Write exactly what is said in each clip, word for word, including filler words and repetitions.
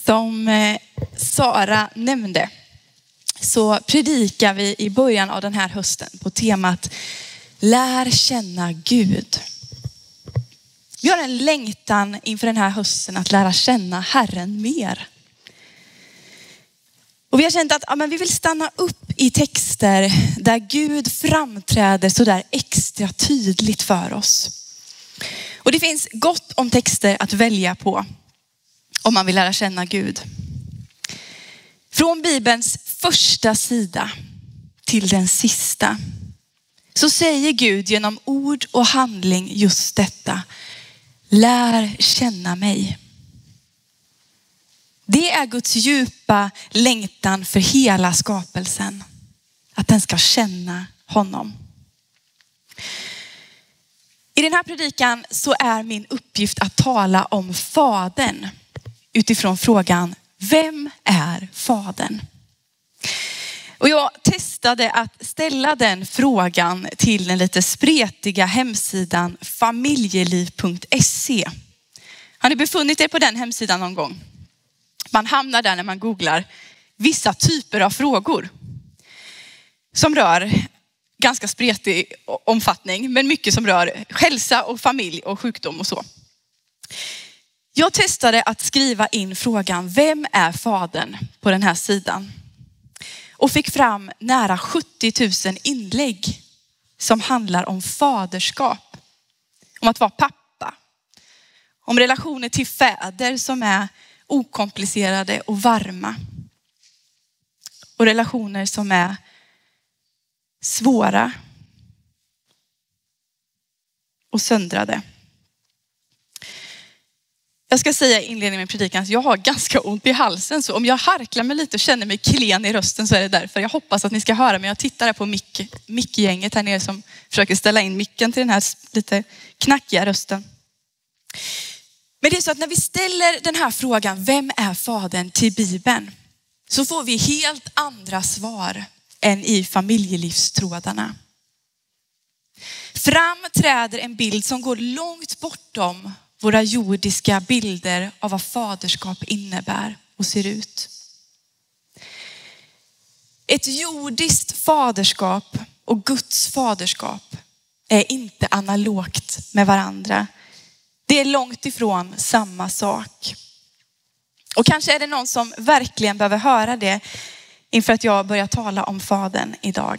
Som Sara nämnde så predikar vi i början av den här hösten på temat Lär känna Gud. Vi har en längtan inför den här hösten att lära känna Herren mer. Och vi har känt att ja, men vi vill stanna upp i texter där Gud framträder så där extra tydligt för oss. Och det finns gott om texter att välja på om man vill lära känna Gud. Från Bibelns första sida till den sista så säger Gud genom ord och handling just detta. Lär känna mig. Det är Guds djupa längtan för hela skapelsen. Att den ska känna honom. I den här predikan så är min uppgift att tala om Fadern. Utifrån frågan, vem är Fadern? Och jag testade att ställa den frågan till den lite spretiga hemsidan familjeliv punkt se. Har ni befunnit er på den hemsidan någon gång? Man hamnar där när man googlar vissa typer av frågor. Som rör ganska spretig omfattning, men mycket som rör hälsa och familj och sjukdom och så. Jag testade att skriva in frågan, vem är Fadern på den här sidan? Och fick fram nära sjuttio tusen inlägg som handlar om faderskap. Om att vara pappa. Om relationer till fäder som är okomplicerade och varma. Och relationer som är svåra och söndrade. Jag ska säga i inledningen med predikan att jag har ganska ont i halsen. Så om jag harklar mig lite och känner mig klen i rösten så är det därför. Jag hoppas att ni ska höra mig. Jag tittar här på mick, mickgänget här nere som försöker ställa in micken till den här lite knackiga rösten. Men det är så att när vi ställer den här frågan, vem är Fadern till Bibeln? Så får vi helt andra svar än i familjelivstrådarna. Fram träder en bild som går långt bortom våra jordiska bilder av vad faderskap innebär och ser ut. Ett jordiskt faderskap och Guds faderskap är inte analogt med varandra. Det är långt ifrån samma sak. Och kanske är det någon som verkligen behöver höra det inför att jag börjar tala om Fadern idag.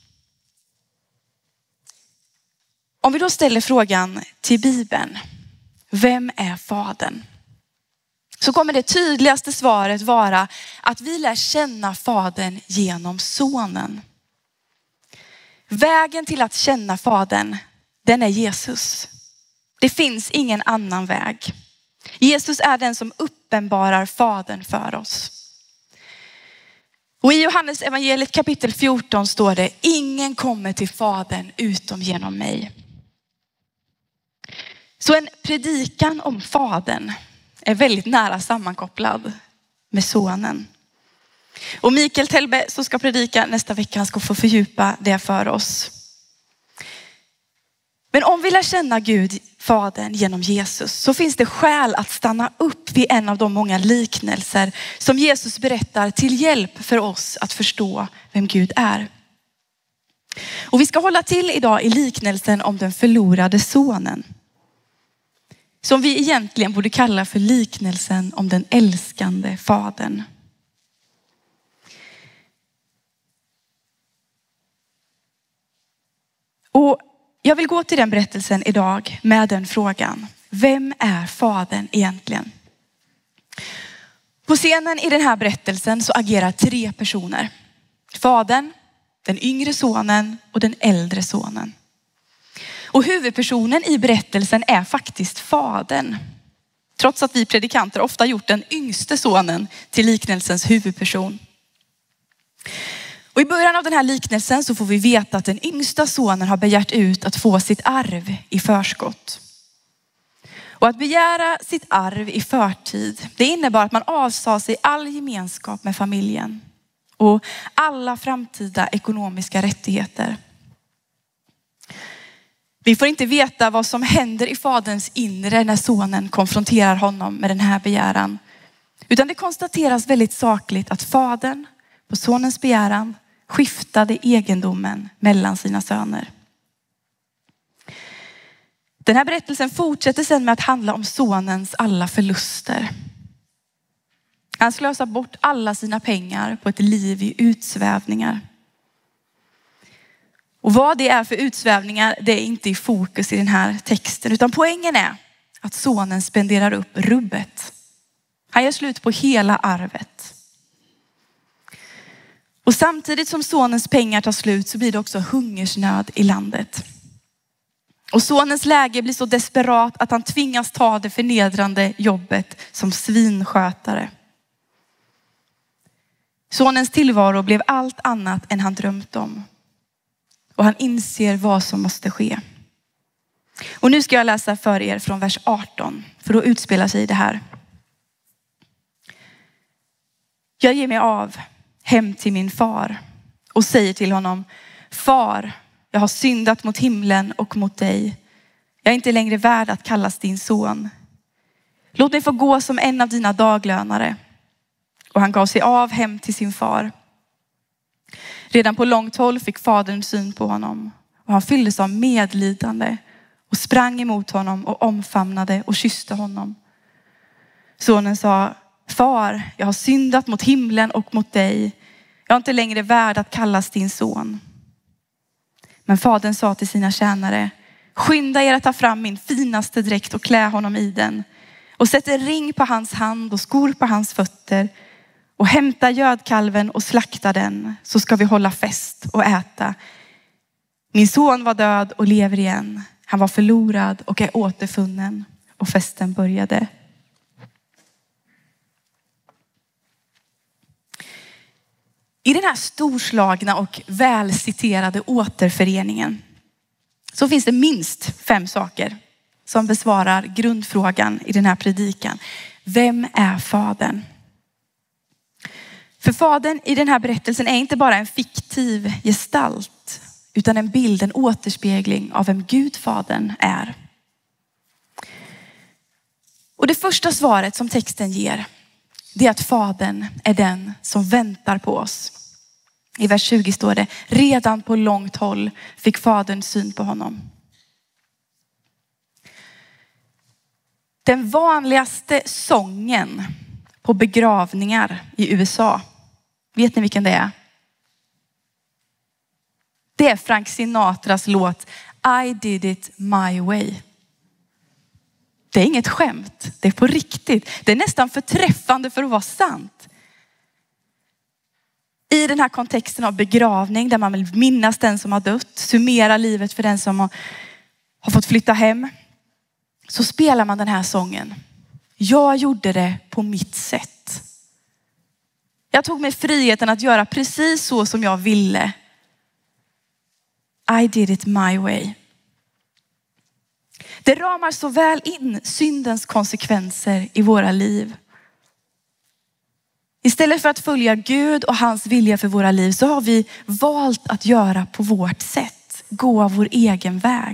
Om vi då ställer frågan till Bibeln. Vem är Fadern? Så kommer det tydligaste svaret vara att vi lär känna Fadern genom Sonen. Vägen till att känna Fadern, den är Jesus. Det finns ingen annan väg. Jesus är den som uppenbarar Fadern för oss. Och i Johannes evangeliet kapitel fjorton står det, ingen kommer till Fadern utom genom mig. Så en predikan om Fadern är väldigt nära sammankopplad med Sonen. Och Mikael Tellbe som ska predika nästa vecka, han ska få fördjupa det för oss. Men om vi lär känna Gud, Fadern, genom Jesus så finns det skäl att stanna upp vid en av de många liknelser som Jesus berättar till hjälp för oss att förstå vem Gud är. Och vi ska hålla till idag i liknelsen om den förlorade sonen. Som vi egentligen borde kalla för liknelsen om den älskande fadern. Och jag vill gå till den berättelsen idag med den frågan. Vem är fadern egentligen? På scenen i den här berättelsen så agerar tre personer. Fadern, den yngre sonen och den äldre sonen. Och huvudpersonen i berättelsen är faktiskt fadern. Trots att vi predikanter ofta gjort den yngste sonen till liknelsens huvudperson. Och i början av den här liknelsen så får vi veta att den yngsta sonen har begärt ut att få sitt arv i förskott. Och att begära sitt arv i förtid, det innebar att man avsade sig all gemenskap med familjen. Och alla framtida ekonomiska rättigheter. Vi får inte veta vad som händer i faderns inre när sonen konfronterar honom med den här begäran. Utan det konstateras väldigt sakligt att fadern på sonens begäran skiftade egendomen mellan sina söner. Den här berättelsen fortsätter sedan med att handla om sonens alla förluster. Han slösar bort alla sina pengar på ett liv i utsvävningar. Och vad det är för utsvävningar, det är inte i fokus i den här texten. Utan poängen är att sonen spenderar upp rubbet. Han gör slut på hela arvet. Och samtidigt som sonens pengar tar slut så blir det också hungersnöd i landet. Och sonens läge blir så desperat att han tvingas ta det förnedrande jobbet som svinskötare. Sonens tillvaro blev allt annat än han drömt om. Och han inser vad som måste ske. Och nu ska jag läsa för er från vers arton. För då utspelar sig det här. Jag ger mig av hem till min far och säger till honom: Far, jag har syndat mot himlen och mot dig. Jag är inte längre värd att kallas din son. Låt mig få gå som en av dina daglönare. Och han gav sig av hem till sin far. Redan på långt håll fick fadern syn på honom. Och han fylldes av medlidande och sprang emot honom och omfamnade och kysste honom. Sonen sa: Far, jag har syndat mot himlen och mot dig. Jag är inte längre värd att kallas din son. Men fadern sa till sina tjänare: Skynda er att ta fram min finaste dräkt och klä honom i den. Och sätt en ring på hans hand och skor på hans fötter. Och hämta gödkalven och slakta den, så ska vi hålla fest och äta. Min son var död och lever igen. Han var förlorad och är återfunnen. Och festen började. I den här storslagna och välciterade återföreningen så finns det minst fem saker som besvarar grundfrågan i den här predikan. Vem är fadern? För fadern i den här berättelsen är inte bara en fiktiv gestalt, utan en bild, en återspegling av vem Gudfadern är. Och det första svaret som texten ger, det är att fadern är den som väntar på oss. I vers tjugo står det: redan på långt håll fick fadern syn på honom. Den vanligaste sången på begravningar i U S A, vet ni vilken det är? Det är Frank Sinatras låt I did it my way. Det är inget skämt, det är på riktigt. Det är nästan förträffande för att vara sant. I den här kontexten av begravning där man vill minnas den som har dött, summera livet för den som har, har fått flytta hem, så spelar man den här sången. Jag gjorde det på mitt sätt. Jag tog mig friheten att göra precis så som jag ville. I did it my way. Det ramar så väl in syndens konsekvenser i våra liv. Istället för att följa Gud och hans vilja för våra liv så har vi valt att göra på vårt sätt. Gå vår egen väg.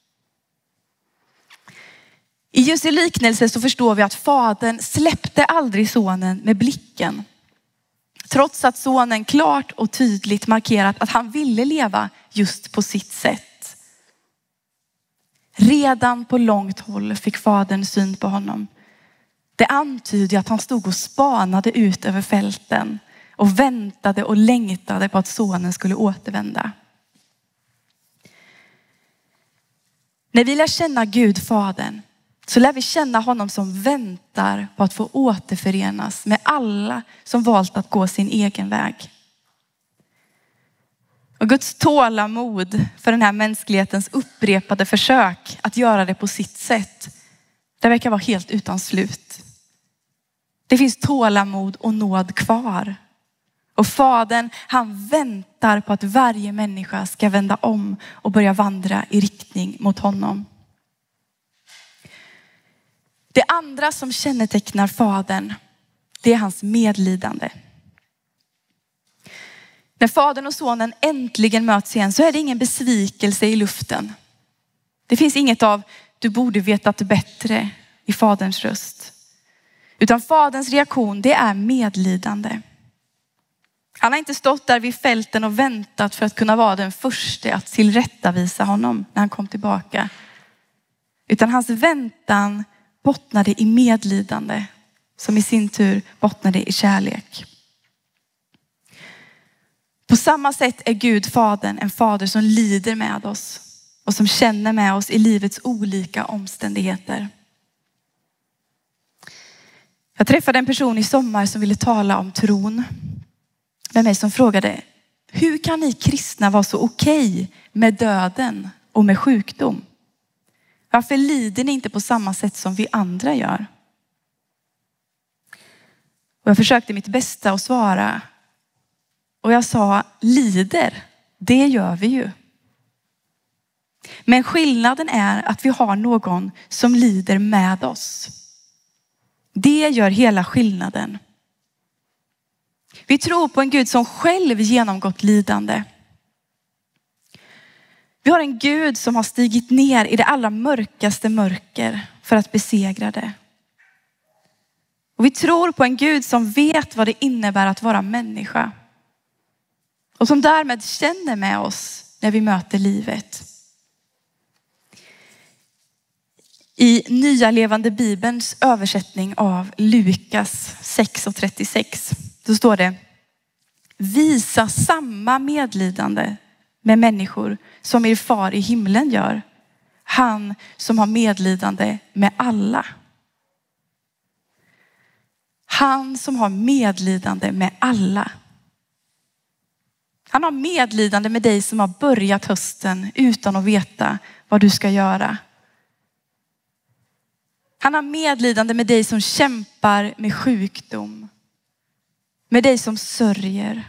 I Jesu liknelse så förstår vi att fadern släppte aldrig sonen med blicken. Trots att sonen klart och tydligt markerat att han ville leva just på sitt sätt. Redan på långt håll fick fadern syn på honom. Det antyder att han stod och spanade ut över fälten och väntade och längtade på att sonen skulle återvända. När vi lär känna Gud, fadern, så lär vi känna honom som väntar på att få återförenas med alla som valt att gå sin egen väg. Och Guds tålamod för den här mänsklighetens upprepade försök att göra det på sitt sätt, det verkar vara helt utan slut. Det finns tålamod och nåd kvar. Och fadern, han väntar på att varje människa ska vända om och börja vandra i riktning mot honom. Det andra som kännetecknar fadern, det är hans medlidande. När fadern och sonen äntligen möts igen så är det ingen besvikelse i luften. Det finns inget av du borde vetat bättre i faderns röst. Utan faderns reaktion, det är medlidande. Han har inte stått där vid fälten och väntat för att kunna vara den första att tillrättavisa honom när han kom tillbaka. Utan hans väntan bottnade i medlidande, som i sin tur bottnade i kärlek. På samma sätt är Gud fadern en fader som lider med oss och som känner med oss i livets olika omständigheter. Jag träffade en person i sommar som ville tala om tron med mig, som frågade: hur kan ni kristna vara så okej med döden och med sjukdom? Varför lider ni inte på samma sätt som vi andra gör? Och jag försökte mitt bästa att svara. Och jag sa, lider, det gör vi ju. Men skillnaden är att vi har någon som lider med oss. Det gör hela skillnaden. Vi tror på en Gud som själv genomgått lidande. Vi har en Gud som har stigit ner i det allra mörkaste mörker för att besegra det. Och vi tror på en Gud som vet vad det innebär att vara människa. Och som därmed känner med oss när vi möter livet. I Nya levande Bibelns översättning av Lukas sex och trettiosex, då står det: visa samma medlidande med människor som er far i himlen gör. Han som har medlidande med alla. Han som har medlidande med alla. Han har medlidande med dig som har börjat hösten utan att veta vad du ska göra. Han har medlidande med dig som kämpar med sjukdom. Med dig som sörjer.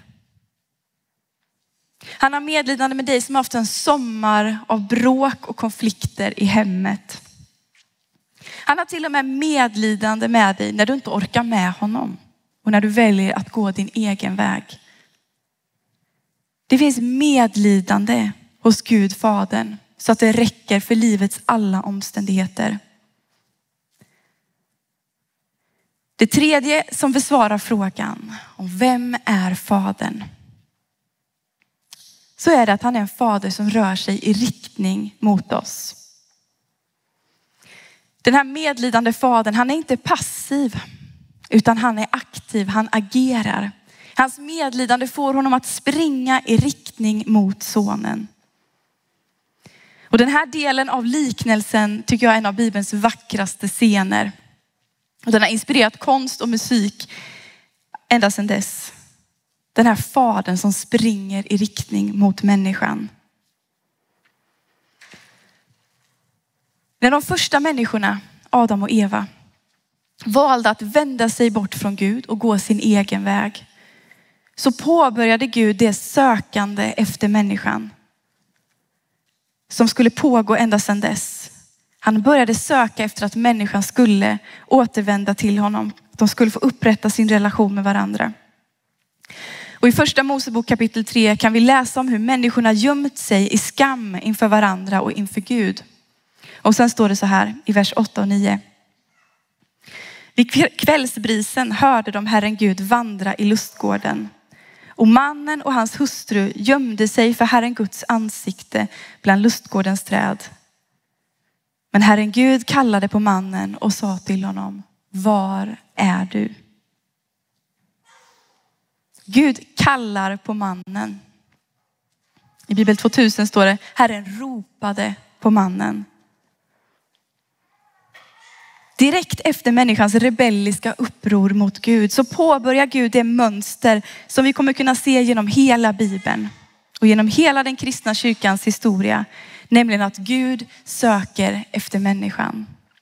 Han har medlidande med dig som har haft en sommar av bråk och konflikter i hemmet. Han har till och med medlidande med dig när du inte orkar med honom. Och när du väljer att gå din egen väg. Det finns medlidande hos Gud Fadern så att det räcker för livets alla omständigheter. Det tredje som besvarar frågan om vem är Fadern, så är det att han är en fader som rör sig i riktning mot oss. Den här medlidande fadern, han är inte passiv utan han är aktiv, han agerar. Hans medlidande får honom att springa i riktning mot sonen. Och den här delen av liknelsen tycker jag är en av Bibelns vackraste scener. Och den har inspirerat konst och musik ända sedan dess. Den här fadern som springer i riktning mot människan. När de första människorna, Adam och Eva, valde att vända sig bort från Gud och gå sin egen väg, så påbörjade Gud det sökande efter människan som skulle pågå ända sedan dess. Han började söka efter att människan skulle återvända till honom. De skulle få upprätta sin relation med varandra. Och i första Mosebok kapitel tre kan vi läsa om hur människorna gömt sig i skam inför varandra och inför Gud. Och sen står det så här i vers åtta och nio. Vid kvällsbrisen hörde de Herren Gud vandra i lustgården. Och mannen och hans hustru gömde sig för Herren Guds ansikte bland lustgårdens träd. Men Herren Gud kallade på mannen och sa till honom: var är du? Gud kallar på mannen. I Bibel tvåtusen står det: Herren ropade på mannen. Direkt efter människans rebelliska uppror mot Gud så påbörjar Gud det mönster som vi kommer kunna se genom hela Bibeln och genom hela den kristna kyrkans historia. Nämligen att Gud söker efter människan.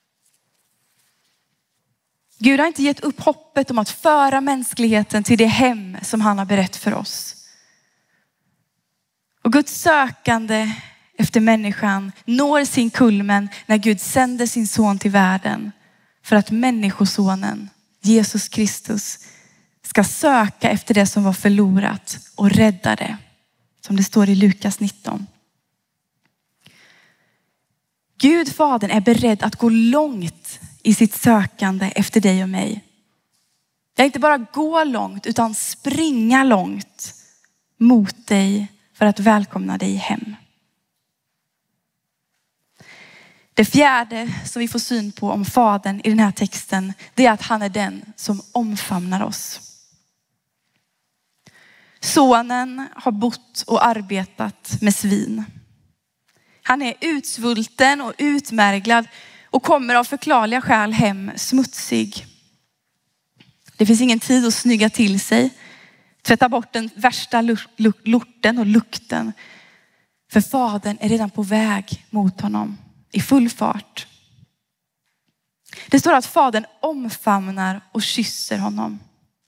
Gud har inte gett upp hoppet om att föra mänskligheten till det hem som han har berett för oss. Och Guds sökande efter människan når sin kulmen när Gud sänder sin son till världen. För att människosonen, Jesus Kristus, ska söka efter det som var förlorat och rädda det. Som det står i Lukas nitton. Gud Fadern är beredd att gå långt i sitt sökande efter dig och mig. Jag inte bara gå långt utan springa långt mot dig för att välkomna dig hem. Det fjärde som vi får syn på om Fadern i den här texten, det är att han är den som omfamnar oss. Sonen har bott och arbetat med svin. Han är utsvulten och utmärglad och kommer av förklarliga skäl hem smutsig. Det finns ingen tid att snygga till sig, tvätta bort den värsta lorten och lukten. För Fadern är redan på väg mot honom i full fart. Det står att Fadern omfamnar och kysser honom.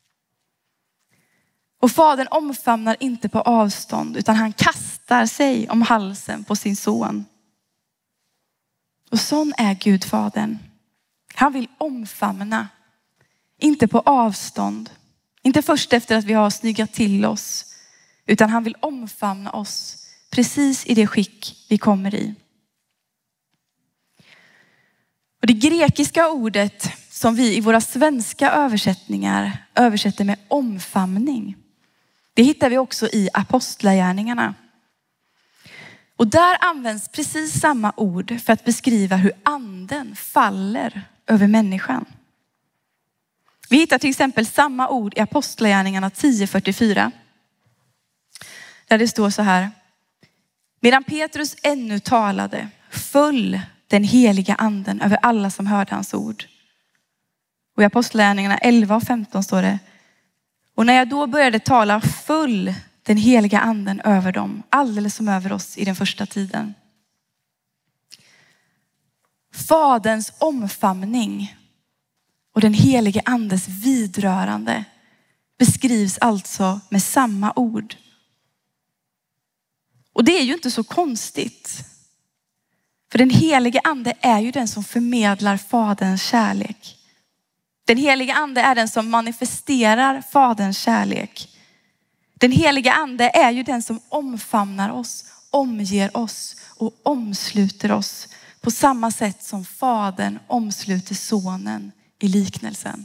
Och Fadern omfamnar inte på avstånd utan han kastar sig om halsen på sin son. Och sån är Gud Fadern. Han vill omfamna, inte på avstånd. Inte först efter att vi har snyggat till oss, utan han vill omfamna oss precis i det skick vi kommer i. Och det grekiska ordet som vi i våra svenska översättningar översätter med omfamning, det hittar vi också i apostlagärningarna. Och där används precis samma ord för att beskriva hur anden faller över människan. Vi hittar till exempel samma ord i apostlagärningarna tio fyrtiofyra. Där det står så här: medan Petrus ännu talade föll den heliga anden över alla som hörde hans ord. Och i apostlagärningarna elva och femton står det: och när jag då började tala föll den heliga anden över dem, alldeles som över oss i den första tiden. Faderns omfamning och den helige andes vidrörande beskrivs alltså med samma ord. Och det är ju inte så konstigt. För den helige ande är ju den som förmedlar faderns kärlek. Den helige ande är den som manifesterar faderns kärlek. Den helige ande är ju den som omfamnar oss, omger oss och omsluter oss på samma sätt som fadern omsluter sonen i liknelsen.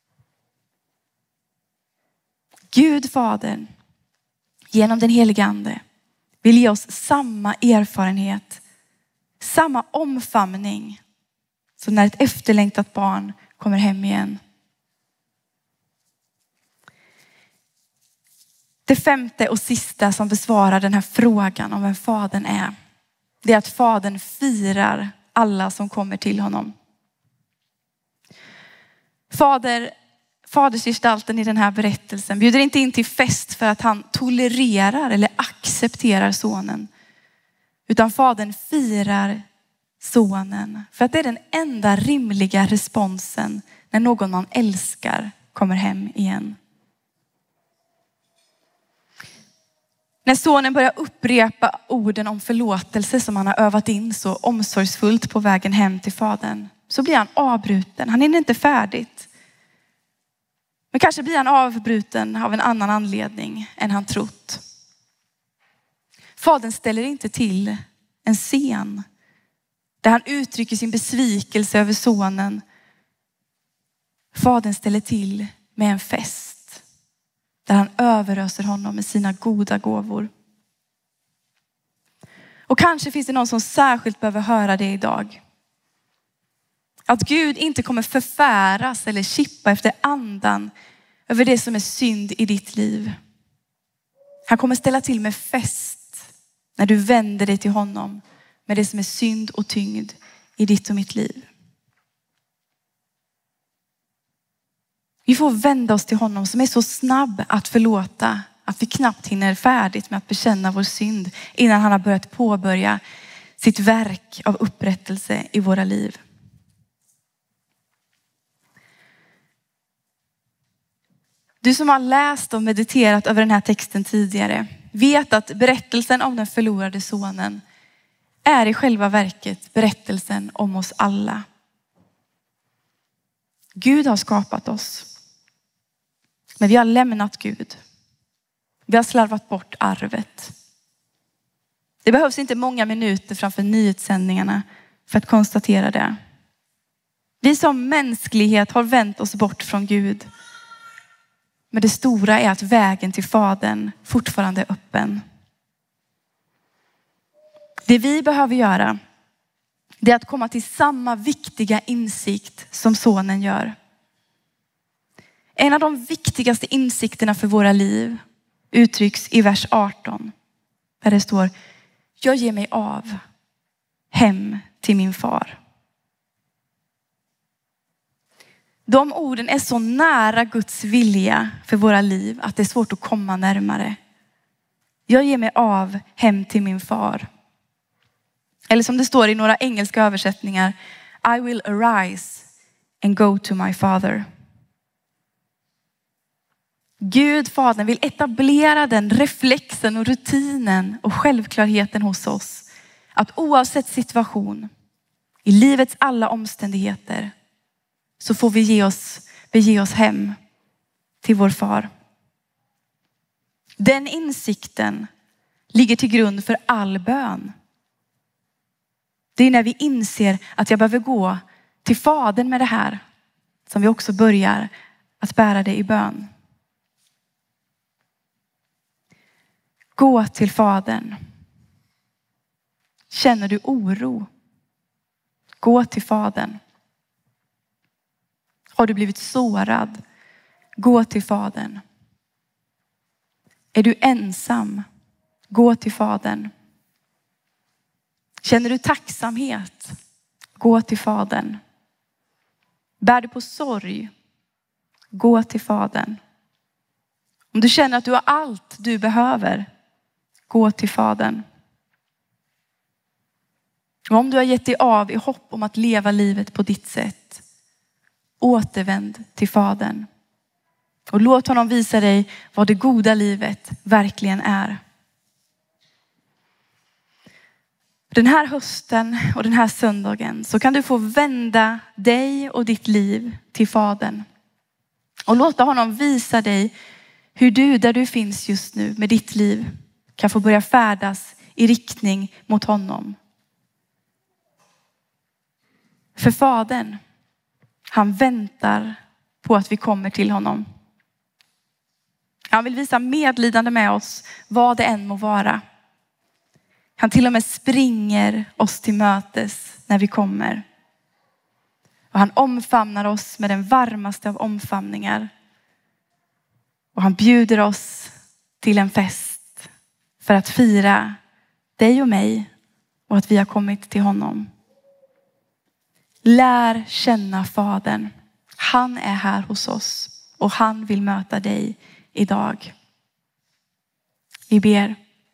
Gud fadern genom den helige ande vill ge oss samma erfarenhet, samma omfamning som när ett efterlängtat barn kommer hem igen. Det femte och sista som besvarar den här frågan om vem fadern är, det är att fadern firar alla som kommer till honom. Fader, fadersgestalten i den här berättelsen bjuder inte in till fest för att han tolererar eller accepterar sonen. Utan fadern firar sonen för att det är den enda rimliga responsen när någon man älskar kommer hem igen. När sonen börjar upprepa orden om förlåtelse som han har övat in så omsorgsfullt på vägen hem till fadern, så blir han avbruten. Han är inte färdigt. Men kanske blir han avbruten av en annan anledning än han trott. Fadern ställer inte till en scen där han uttrycker sin besvikelse över sonen. Fadern ställer till med en fest där han överöser honom med sina goda gåvor. Och kanske finns det någon som särskilt behöver höra det idag. Att Gud inte kommer förfäras eller kippa efter andan över det som är synd i ditt liv. Han kommer ställa till med fest när du vänder dig till honom med det som är synd och tyngd i ditt och mitt liv. Vi får vända oss till honom som är så snabb att förlåta att vi knappt hinner färdigt med att bekänna vår synd innan han har börjat påbörja sitt verk av upprättelse i våra liv. Du som har läst och mediterat över den här texten tidigare vet att berättelsen om den förlorade sonen är i själva verket berättelsen om oss alla. Gud har skapat oss. Men vi har lämnat Gud. Vi har slarvat bort arvet. Det behövs inte många minuter framför nyhetssändningarna för att konstatera det. Vi som mänsklighet har vänt oss bort från Gud. Men det stora är att vägen till Fadern fortfarande är öppen. Det vi behöver göra, det är att komma till samma viktiga insikt som sonen gör. En av de viktigaste insikterna för våra liv uttrycks i vers arton. Där det står: jag ger mig av hem till min far. De orden är så nära Guds vilja för våra liv att det är svårt att komma närmare. Jag ger mig av hem till min far. Eller som det står i några engelska översättningar: I will arise and go to my father. Gud, Fadern, vill etablera den reflexen och rutinen och självklarheten hos oss. Att oavsett situation, i livets alla omständigheter, så får vi ge oss, bege oss hem till vår far. Den insikten ligger till grund för all bön. Det är när vi inser att jag behöver gå till Fadern med det här som vi också börjar att bära det i bön. Gå till Fadern. Känner du oro? Gå till Fadern. Har du blivit sårad? Gå till Fadern. Är du ensam? Gå till Fadern. Känner du tacksamhet? Gå till Fadern. Bär du på sorg? Gå till Fadern. Om du känner att du har allt du behöver, gå till Fadern. Och om du har gett dig av i hopp om att leva livet på ditt sätt, återvänd till Fadern. Och låt honom visa dig vad det goda livet verkligen är. Den här hösten och den här söndagen så kan du få vända dig och ditt liv till Fadern. Och låta honom visa dig hur du, där du finns just nu med ditt liv, kan få börja färdas i riktning mot honom. För Fadern, han väntar på att vi kommer till honom. Han vill visa medlidande med oss vad det än må vara. Han till och med springer oss till mötes när vi kommer. Och han omfamnar oss med den varmaste av omfamningar. Och han bjuder oss till en fest för att fira dig och mig och att vi har kommit till honom. Lär känna Fadern. Han är här hos oss och han vill möta dig idag. Vi ber.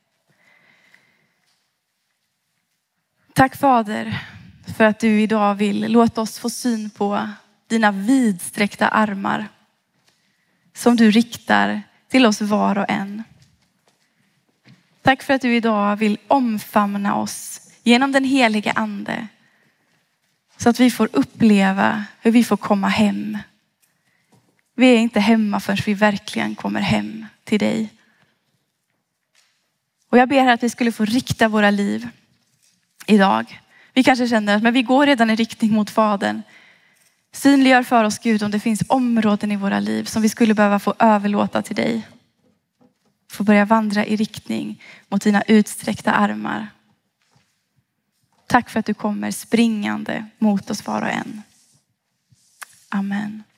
Tack Fader för att du idag vill låta oss få syn på dina vidsträckta armar som du riktar till oss var och en. Tack för att du idag vill omfamna oss genom den heliga ande så att vi får uppleva hur vi får komma hem. Vi är inte hemma förrän vi verkligen kommer hem till dig. Och jag ber här att vi skulle få rikta våra liv idag. Vi kanske känner att men vi går redan i riktning mot Fadern. Synliggör för oss Gud om det finns områden i våra liv som vi skulle behöva få överlåta till dig. Få börja vandra i riktning mot dina utsträckta armar. Tack för att du kommer springande mot oss var och en. Amen.